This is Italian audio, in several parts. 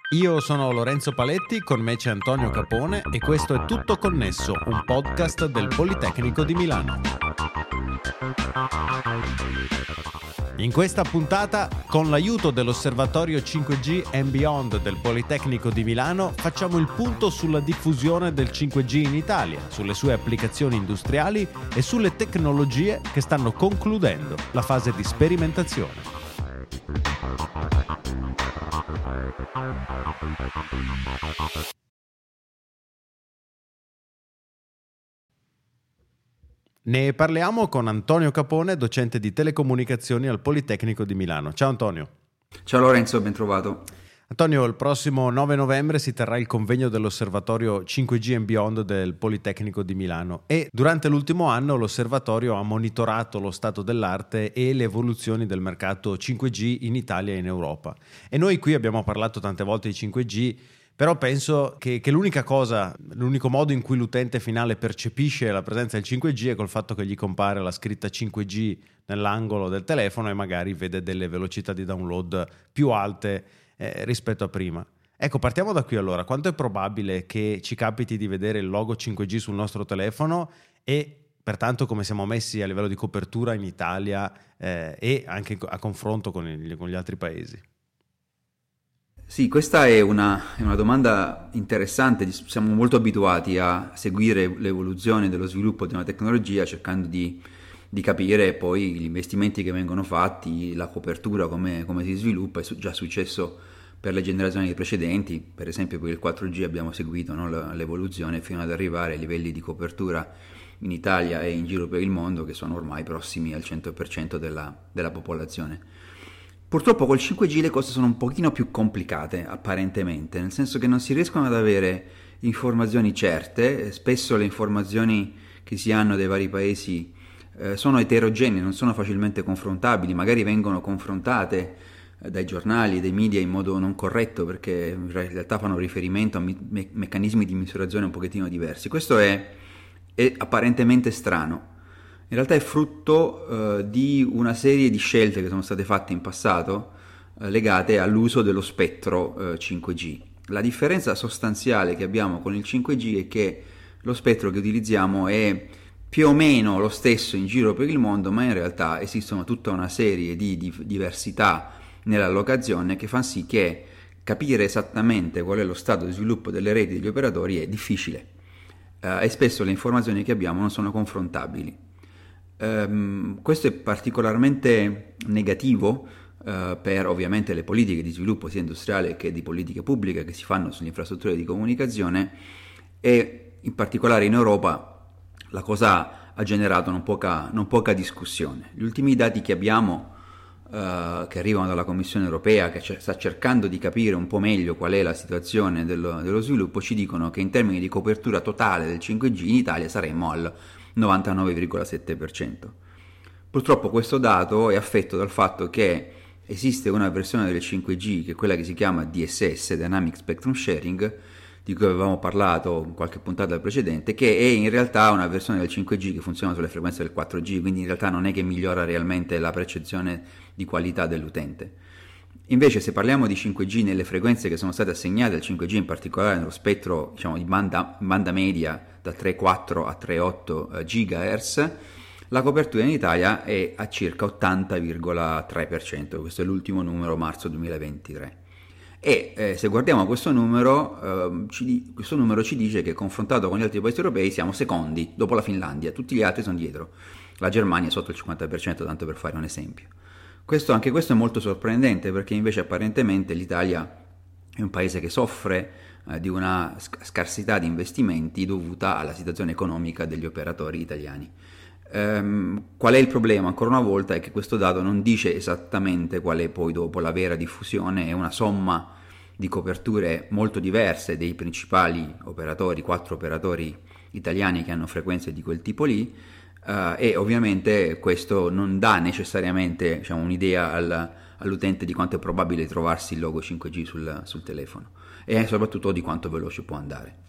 Io sono Lorenzo Paletti, con me c'è Antonio Capone e questo è Tutto Connesso, un podcast del Politecnico di Milano. In questa puntata, con l'aiuto dell'Osservatorio 5G and Beyond del Politecnico di Milano, facciamo il punto sulla diffusione del 5G in Italia, sulle sue applicazioni industriali e sulle tecnologie che stanno concludendo la fase di sperimentazione. Ne parliamo con Antonio Capone, docente di telecomunicazioni al Politecnico di Milano. Ciao Antonio. Ciao Lorenzo, ben trovato. Antonio, il prossimo 9 novembre si terrà il convegno dell'Osservatorio 5G and Beyond del Politecnico di Milano e durante l'ultimo anno l'Osservatorio ha monitorato lo stato dell'arte e le evoluzioni del mercato 5G in Italia e in Europa. E noi qui abbiamo parlato tante volte di 5G, però penso che l'unico modo in cui l'utente finale percepisce la presenza del 5G è col fatto che gli compare la scritta 5G nell'angolo del telefono e magari vede delle velocità di download più alte rispetto a prima. Ecco, partiamo da qui allora. Quanto è probabile che ci capiti di vedere il logo 5G sul nostro telefono e pertanto come siamo messi a livello di copertura in Italia e anche a confronto con gli altri paesi? Sì, questa è una domanda interessante. Siamo molto abituati a seguire l'evoluzione dello sviluppo di una tecnologia cercando di capire poi gli investimenti che vengono fatti, la copertura, come si sviluppa. È già successo per le generazioni precedenti, per esempio per il 4G abbiamo seguito, no, l'evoluzione fino ad arrivare ai livelli di copertura in Italia e in giro per il mondo che sono ormai prossimi al 100% della popolazione. Purtroppo col 5G le cose sono un pochino più complicate apparentemente, nel senso che non si riescono ad avere informazioni certe, spesso le informazioni che si hanno dai vari paesi sono eterogenee, non sono facilmente confrontabili, magari vengono confrontate dai giornali, dai media in modo non corretto perché in realtà fanno riferimento a meccanismi di misurazione un pochettino diversi. Questo è apparentemente strano. In realtà è frutto di una serie di scelte che sono state fatte in passato legate all'uso dello spettro 5G. La differenza sostanziale che abbiamo con il 5G è che lo spettro che utilizziamo è più o meno lo stesso in giro per il mondo, ma in realtà esistono tutta una serie di diversità nell'allocazione che fa sì che capire esattamente qual è lo stato di sviluppo delle reti degli operatori è difficile e spesso le informazioni che abbiamo non sono confrontabili. Questo è particolarmente negativo per ovviamente le politiche di sviluppo sia industriale che di politica pubblica che si fanno sulle infrastrutture di comunicazione e in particolare in Europa la cosa ha generato non poca discussione. Gli ultimi dati che abbiamo che arrivano dalla Commissione europea che sta cercando di capire un po' meglio qual è la situazione dello sviluppo ci dicono che in termini di copertura totale del 5G in Italia saremmo al 99,7%. Purtroppo questo dato è affetto dal fatto che esiste una versione del 5G che è quella che si chiama DSS, Dynamic Spectrum Sharing, di cui avevamo parlato in qualche puntata precedente, che è in realtà una versione del 5G che funziona sulle frequenze del 4G, quindi in realtà non è che migliora realmente la percezione di qualità dell'utente. Invece se parliamo di 5G nelle frequenze che sono state assegnate al 5G, in particolare nello spettro di banda media da 3,4 a 3,8 GHz, la copertura in Italia è a circa 80,3%, questo è l'ultimo numero marzo 2023. E se guardiamo questo numero ci dice che confrontato con gli altri paesi europei siamo secondi, dopo la Finlandia, tutti gli altri sono dietro, la Germania è sotto il 50%, tanto per fare un esempio. Anche questo è molto sorprendente perché invece apparentemente l'Italia è un paese che soffre di una scarsità di investimenti dovuta alla situazione economica degli operatori italiani. Qual è il problema? Ancora una volta è che questo dato non dice esattamente qual è poi dopo la vera diffusione, è una somma di coperture molto diverse dei principali operatori, 4 operatori italiani che hanno frequenze di quel tipo lì, e ovviamente questo non dà necessariamente un'idea all'utente di quanto è probabile trovarsi il logo 5G sul telefono e soprattutto di quanto veloce può andare.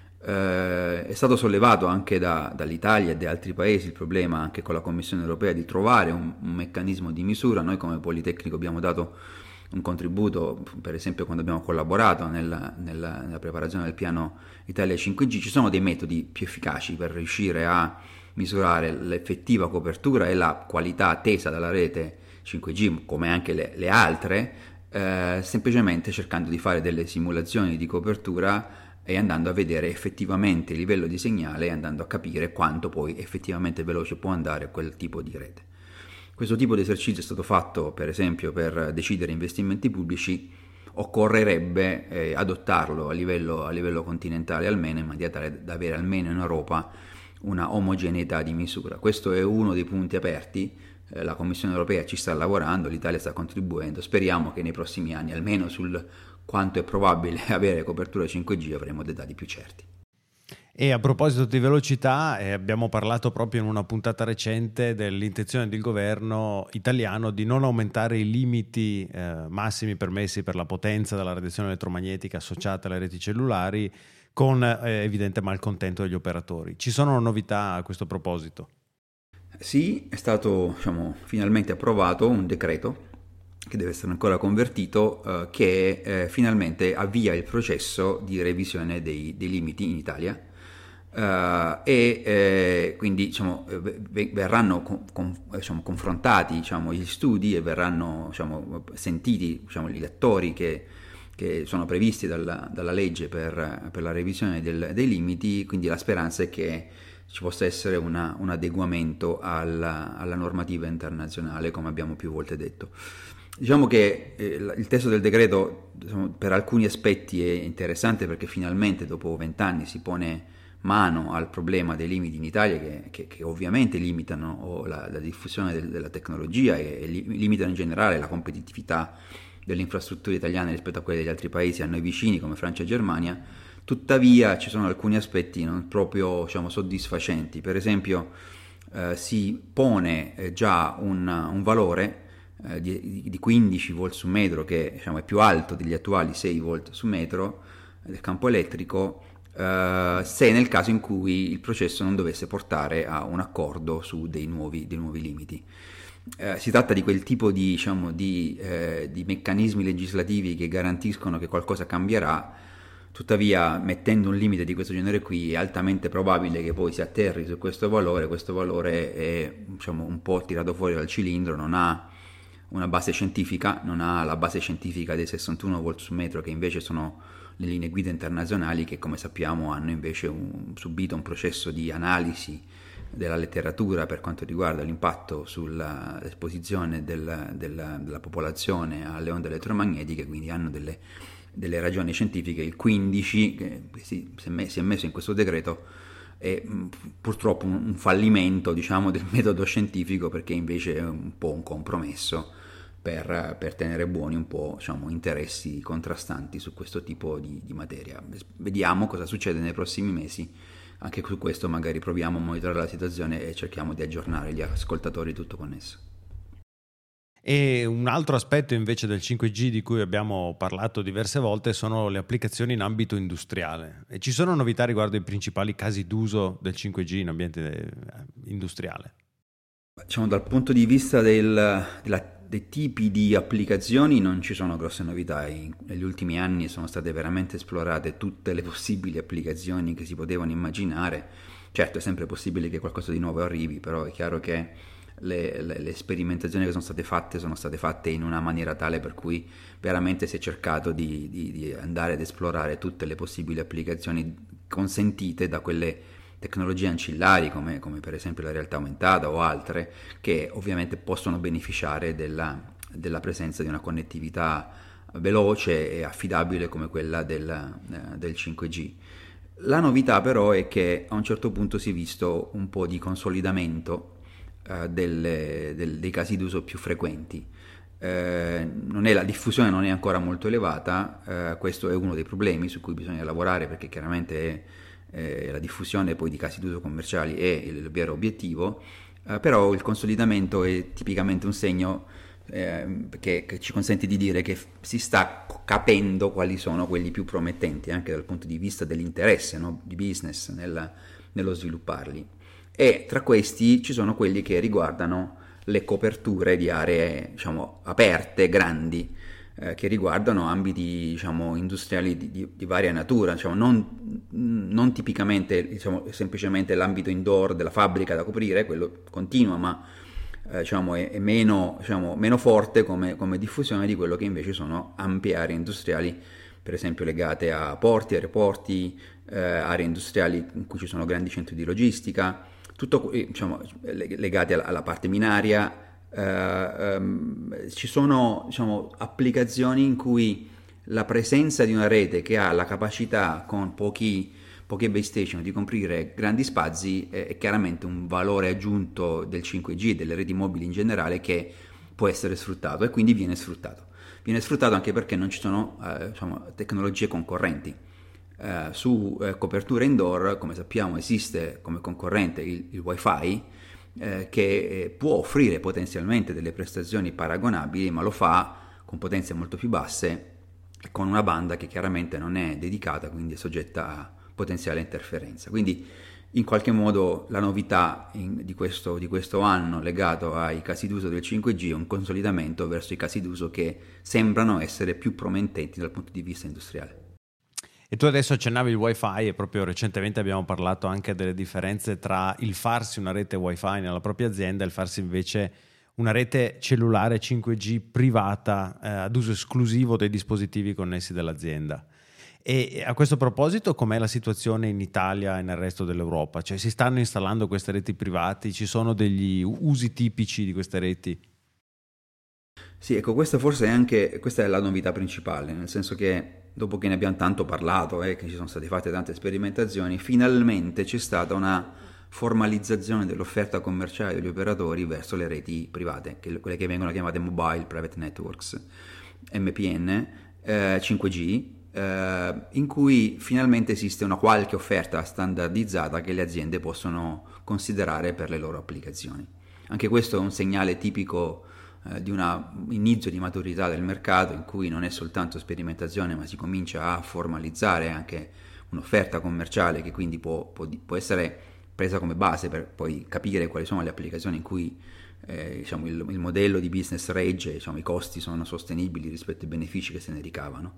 È stato sollevato anche dall'Italia e da altri paesi il problema anche con la Commissione europea di trovare un meccanismo di misura. Noi come Politecnico abbiamo dato un contributo, per esempio quando abbiamo collaborato nella preparazione del piano Italia 5G, ci sono dei metodi più efficaci per riuscire a misurare l'effettiva copertura e la qualità attesa dalla rete 5G, come anche le altre, semplicemente cercando di fare delle simulazioni di copertura e andando a vedere effettivamente il livello di segnale e andando a capire quanto poi effettivamente veloce può andare quel tipo di rete. Questo tipo di esercizio è stato fatto per esempio per decidere investimenti pubblici. Occorrerebbe adottarlo a livello continentale almeno, in maniera tale da avere almeno in Europa una omogeneità di misura. Questo è uno dei punti aperti, la Commissione europea ci sta lavorando, l'Italia sta contribuendo, speriamo che nei prossimi anni, almeno sul quanto è probabile avere copertura 5G, avremo dei dati più certi. E a proposito di velocità, abbiamo parlato proprio in una puntata recente dell'intenzione del governo italiano di non aumentare i limiti massimi permessi per la potenza della radiazione elettromagnetica associata alle reti cellulari, con evidente malcontento degli operatori. Ci sono novità a questo proposito? Sì, è stato finalmente approvato un decreto che deve essere ancora convertito, che finalmente avvia il processo di revisione dei limiti in Italia. Quindi verranno confrontati gli studi e verranno sentiti gli attori che sono previsti dalla legge per la revisione dei limiti, quindi la speranza è che ci possa essere un adeguamento alla normativa internazionale, come abbiamo più volte detto. Diciamo che il testo del decreto per alcuni aspetti è interessante, perché finalmente dopo 20 anni si pone mano al problema dei limiti in Italia, che ovviamente limitano la diffusione della tecnologia e limitano in generale la competitività delle infrastrutture italiane rispetto a quelle degli altri paesi a noi vicini come Francia e Germania. Tuttavia ci sono alcuni aspetti non proprio soddisfacenti. Per esempio si pone già un valore di 15 volt su metro, che è più alto degli attuali 6 volt su metro del campo elettrico, se nel caso in cui il processo non dovesse portare a un accordo su dei nuovi limiti. Si tratta di quel tipo di meccanismi legislativi che garantiscono che qualcosa cambierà. Tuttavia, mettendo un limite di questo genere qui, è altamente probabile che poi si atterri su questo valore. Questo valore è un po' tirato fuori dal cilindro, non ha una base scientifica, non ha la base scientifica dei 61 volt su metro, che invece sono le linee guida internazionali, che come sappiamo hanno invece subito un processo di analisi della letteratura per quanto riguarda l'impatto sull'esposizione della popolazione alle onde elettromagnetiche, quindi hanno delle ragioni scientifiche. Il 15 che si è messo in questo decreto è purtroppo un fallimento del metodo scientifico, perché invece è un po' un compromesso per tenere buoni un po' interessi contrastanti su questo tipo di materia. Vediamo cosa succede nei prossimi mesi. Anche su questo magari proviamo a monitorare la situazione e cerchiamo di aggiornare gli ascoltatori tutto connesso. E un altro aspetto invece del 5G di cui abbiamo parlato diverse volte sono le applicazioni in ambito industriale. E ci sono novità riguardo i principali casi d'uso del 5G in ambiente industriale? Dal punto di vista dei tipi di applicazioni non ci sono grosse novità. Negli ultimi anni sono state veramente esplorate tutte le possibili applicazioni che si potevano immaginare. Certo, è sempre possibile che qualcosa di nuovo arrivi, però è chiaro che le sperimentazioni che sono state fatte in una maniera tale per cui veramente si è cercato di andare ad esplorare tutte le possibili applicazioni consentite da quelle tecnologie ancillari come per esempio la realtà aumentata o altre, che ovviamente possono beneficiare della presenza di una connettività veloce e affidabile come quella del 5G. La novità però è che a un certo punto si è visto un po' di consolidamento dei casi d'uso più frequenti. La diffusione non è ancora molto elevata, questo è uno dei problemi su cui bisogna lavorare, perché chiaramente la diffusione poi di casi d'uso commerciali è il vero obiettivo, però il consolidamento è tipicamente un segno che ci consente di dire che si sta capendo quali sono quelli più promettenti anche dal punto di vista dell'interesse, no, di business nello svilupparli. E tra questi ci sono quelli che riguardano le coperture di aree aperte, grandi. che riguardano ambiti, diciamo, industriali di varia natura, diciamo, non tipicamente, diciamo, semplicemente l'ambito indoor della fabbrica da coprire, quello continua, ma diciamo, è meno, diciamo, meno forte come diffusione di quello che invece sono ampie aree industriali, per esempio legate a porti, aeroporti, aree industriali in cui ci sono grandi centri di logistica, tutto, diciamo, legate alla parte minaria. Ci sono, diciamo, applicazioni in cui la presenza di una rete che ha la capacità con poche base station di coprire grandi spazi è chiaramente un valore aggiunto del 5G, delle reti mobili in generale, che può essere sfruttato e quindi viene sfruttato. Viene sfruttato anche perché non ci sono diciamo, tecnologie concorrenti. Su coperture indoor, come sappiamo, esiste come concorrente il Wi-Fi, che può offrire potenzialmente delle prestazioni paragonabili, ma lo fa con potenze molto più basse, con una banda che chiaramente non è dedicata, quindi è soggetta a potenziale interferenza. Quindi in qualche modo la novità di questo anno legato ai casi d'uso del 5G è un consolidamento verso i casi d'uso che sembrano essere più promettenti dal punto di vista industriale. E tu adesso accennavi il Wi-Fi e proprio recentemente abbiamo parlato anche delle differenze tra il farsi una rete Wi-Fi nella propria azienda e il farsi invece una rete cellulare 5G privata ad uso esclusivo dei dispositivi connessi dell'azienda. E a questo proposito, com'è la situazione in Italia e nel resto dell'Europa? Cioè, si stanno installando queste reti private? Ci sono degli usi tipici di queste reti? Sì, ecco, questa è la novità principale, nel senso che dopo che ne abbiamo tanto parlato e che ci sono state fatte tante sperimentazioni, finalmente c'è stata una formalizzazione dell'offerta commerciale degli operatori verso le reti private, quelle che vengono chiamate Mobile Private Networks, MPN, 5G, in cui finalmente esiste una qualche offerta standardizzata che le aziende possono considerare per le loro applicazioni. Anche questo è un segnale tipico di un inizio di maturità del mercato, in cui non è soltanto sperimentazione, ma si comincia a formalizzare anche un'offerta commerciale che quindi può essere presa come base per poi capire quali sono le applicazioni in cui diciamo, il modello di business regge, diciamo, i costi sono sostenibili rispetto ai benefici che se ne ricavano.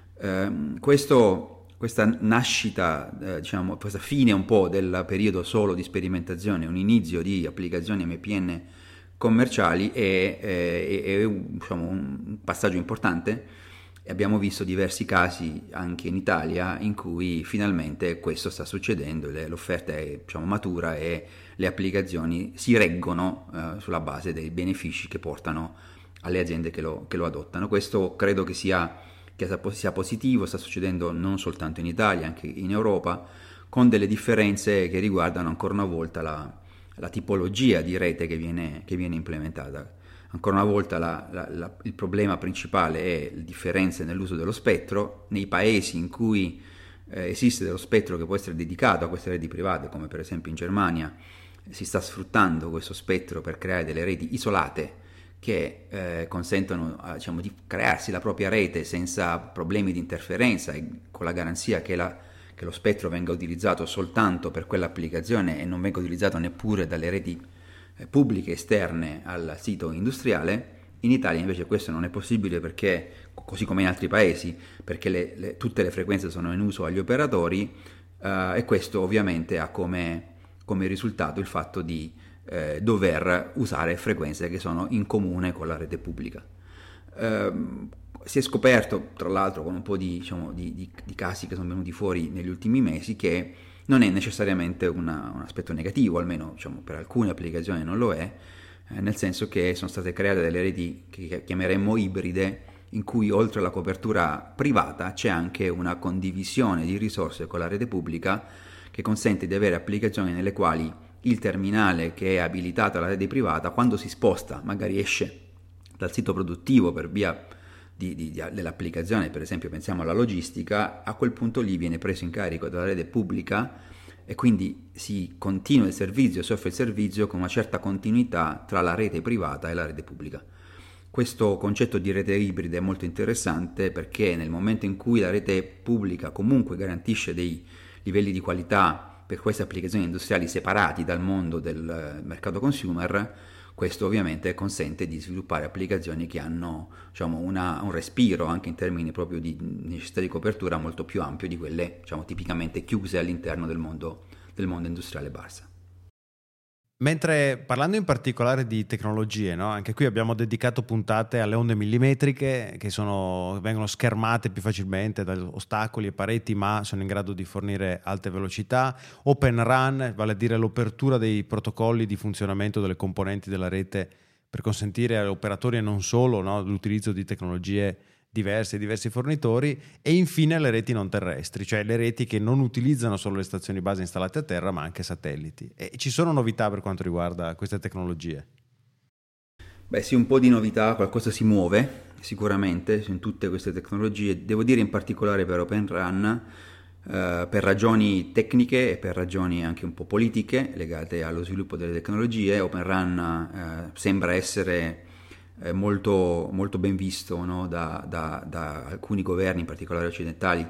Questa nascita, diciamo, questa fine un po' del periodo solo di sperimentazione, un inizio di applicazioni MPN commerciali è diciamo, un passaggio importante, e abbiamo visto diversi casi anche in Italia in cui finalmente questo sta succedendo, l'offerta è, diciamo, matura e le applicazioni si reggono sulla base dei benefici che portano alle aziende che lo adottano. Questo credo che sia positivo, sta succedendo non soltanto in Italia, anche in Europa, con delle differenze che riguardano ancora una volta la tipologia di rete che viene implementata. Ancora una volta il problema principale è le differenze nell'uso dello spettro. Nei paesi in cui esiste dello spettro che può essere dedicato a queste reti private, come per esempio in Germania, si sta sfruttando questo spettro per creare delle reti isolate che consentono diciamo, di crearsi la propria rete senza problemi di interferenza e con la garanzia che lo spettro venga utilizzato soltanto per quell'applicazione e non venga utilizzato neppure dalle reti pubbliche esterne al sito industriale. In Italia invece questo non è possibile, perché, così come in altri paesi, perché tutte le frequenze sono in uso agli operatori, e questo ovviamente ha come risultato il fatto di dover usare frequenze che sono in comune con la rete pubblica. Si è scoperto, tra l'altro, con un po' di casi che sono venuti fuori negli ultimi mesi, che non è necessariamente un aspetto negativo, almeno diciamo, per alcune applicazioni non lo è, nel senso che sono state create delle reti che chiameremmo ibride, in cui oltre alla copertura privata c'è anche una condivisione di risorse con la rete pubblica, che consente di avere applicazioni nelle quali il terminale che è abilitato alla rete privata, quando si sposta, magari esce dal sito produttivo per via dell'applicazione, per esempio pensiamo alla logistica, a quel punto lì viene preso in carico dalla rete pubblica e quindi si continua il servizio, si offre il servizio con una certa continuità tra la rete privata e la rete pubblica. Questo concetto di rete ibrida è molto interessante, perché nel momento in cui la rete pubblica comunque garantisce dei livelli di qualità per queste applicazioni industriali separati dal mondo del mercato consumer, Questo ovviamente consente di sviluppare applicazioni che hanno, diciamo, un respiro anche in termini proprio di necessità di copertura molto più ampio di quelle, diciamo, tipicamente chiuse all'interno del mondo industriale Barsa. Mentre parlando in particolare di tecnologie, no? Anche qui abbiamo dedicato puntate alle onde millimetriche che vengono schermate più facilmente da ostacoli e pareti, ma sono in grado di fornire alte velocità. Open RAN, vale a dire l'apertura dei protocolli di funzionamento delle componenti della rete per consentire agli operatori e non solo, no? L'utilizzo di tecnologie diversi fornitori, e infine le reti non terrestri, cioè le reti che non utilizzano solo le stazioni base installate a terra ma anche satelliti. E ci sono novità per quanto riguarda queste tecnologie? Beh sì, un po' di novità, qualcosa si muove sicuramente in tutte queste tecnologie, devo dire in particolare per Open RAN, per ragioni tecniche e per ragioni anche un po' politiche legate allo sviluppo delle tecnologie. Open RAN sembra essere molto, molto ben visto, no? da alcuni governi, in particolare occidentali,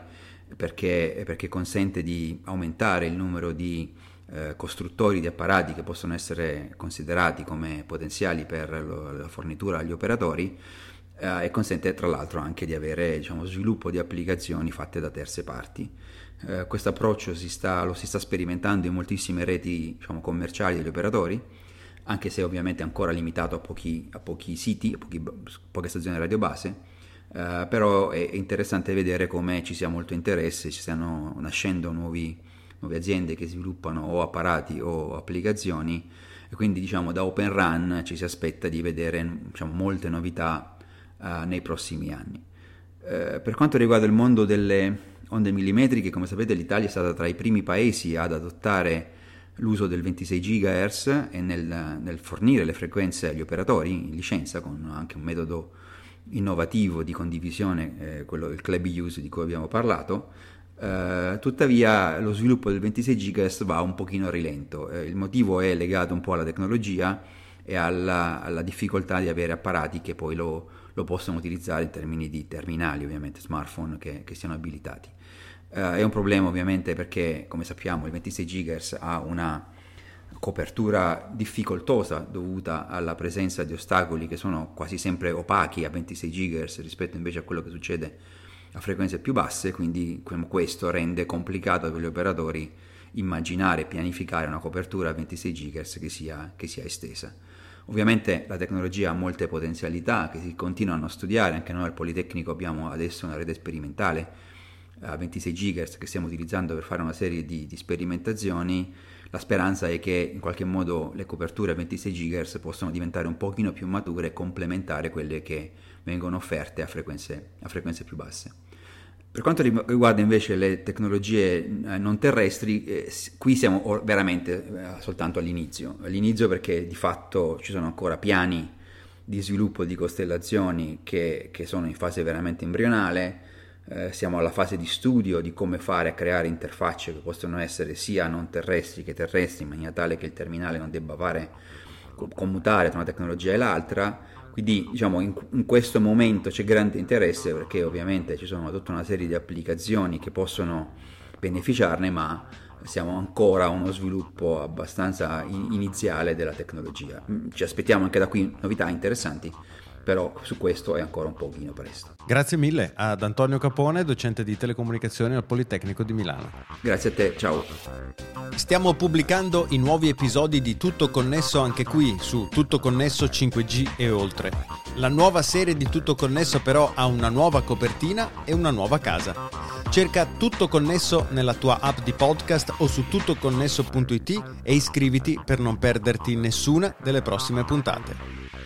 perché consente di aumentare il numero di costruttori di apparati che possono essere considerati come potenziali per la fornitura agli operatori, e consente tra l'altro anche di avere, diciamo, sviluppo di applicazioni fatte da terze parti. Questo approccio lo si sta sperimentando in moltissime reti, diciamo, commerciali degli operatori, anche se ovviamente ancora limitato a pochi siti, poche stazioni radiobase, però è interessante vedere come ci sia molto interesse, ci stiano nascendo nuove aziende che sviluppano o apparati o applicazioni, e quindi, diciamo, da Open RAN ci si aspetta di vedere, diciamo, molte novità nei prossimi anni. Per quanto riguarda il mondo delle onde millimetriche, come sapete l'Italia è stata tra i primi paesi ad adottare l'uso del 26 GHz e nel fornire le frequenze agli operatori in licenza, con anche un metodo innovativo di condivisione, quello del club use di cui abbiamo parlato. Tuttavia lo sviluppo del 26 GHz va un pochino a rilento. Il motivo è legato un po' alla tecnologia e alla difficoltà di avere apparati che poi lo possono utilizzare in termini di terminali, ovviamente smartphone che siano abilitati. È un problema ovviamente perché, come sappiamo, il 26 GHz ha una copertura difficoltosa dovuta alla presenza di ostacoli che sono quasi sempre opachi a 26 GHz rispetto invece a quello che succede a frequenze più basse, quindi questo rende complicato per gli operatori immaginare e pianificare una copertura a 26 GHz che sia estesa. Ovviamente la tecnologia ha molte potenzialità che si continuano a studiare, anche noi al Politecnico abbiamo adesso una rete sperimentale a 26 GHz che stiamo utilizzando per fare una serie di sperimentazioni. La speranza è che in qualche modo le coperture a 26 GHz possano diventare un pochino più mature e complementare quelle che vengono offerte a frequenze più basse. Per quanto riguarda invece le tecnologie non terrestri, qui siamo veramente soltanto all'inizio perché di fatto ci sono ancora piani di sviluppo di costellazioni che sono in fase veramente embrionale. Siamo alla fase di studio di come fare a creare interfacce che possono essere sia non terrestri che terrestri, in maniera tale che il terminale non debba commutare tra una tecnologia e l'altra. Quindi, diciamo, in questo momento c'è grande interesse perché ovviamente ci sono tutta una serie di applicazioni che possono beneficiarne, ma siamo ancora a uno sviluppo abbastanza iniziale della tecnologia. Ci aspettiamo anche da qui novità interessanti, però su questo è ancora un pochino presto. Grazie mille ad Antonio Capone, docente di telecomunicazioni al Politecnico di Milano. Grazie a te, ciao. Stiamo pubblicando i nuovi episodi di Tutto Connesso anche qui su Tutto Connesso 5G e oltre. La nuova serie di Tutto Connesso però ha una nuova copertina e una nuova casa. Cerca Tutto Connesso nella tua app di podcast o su tuttoconnesso.it e iscriviti per non perderti nessuna delle prossime puntate.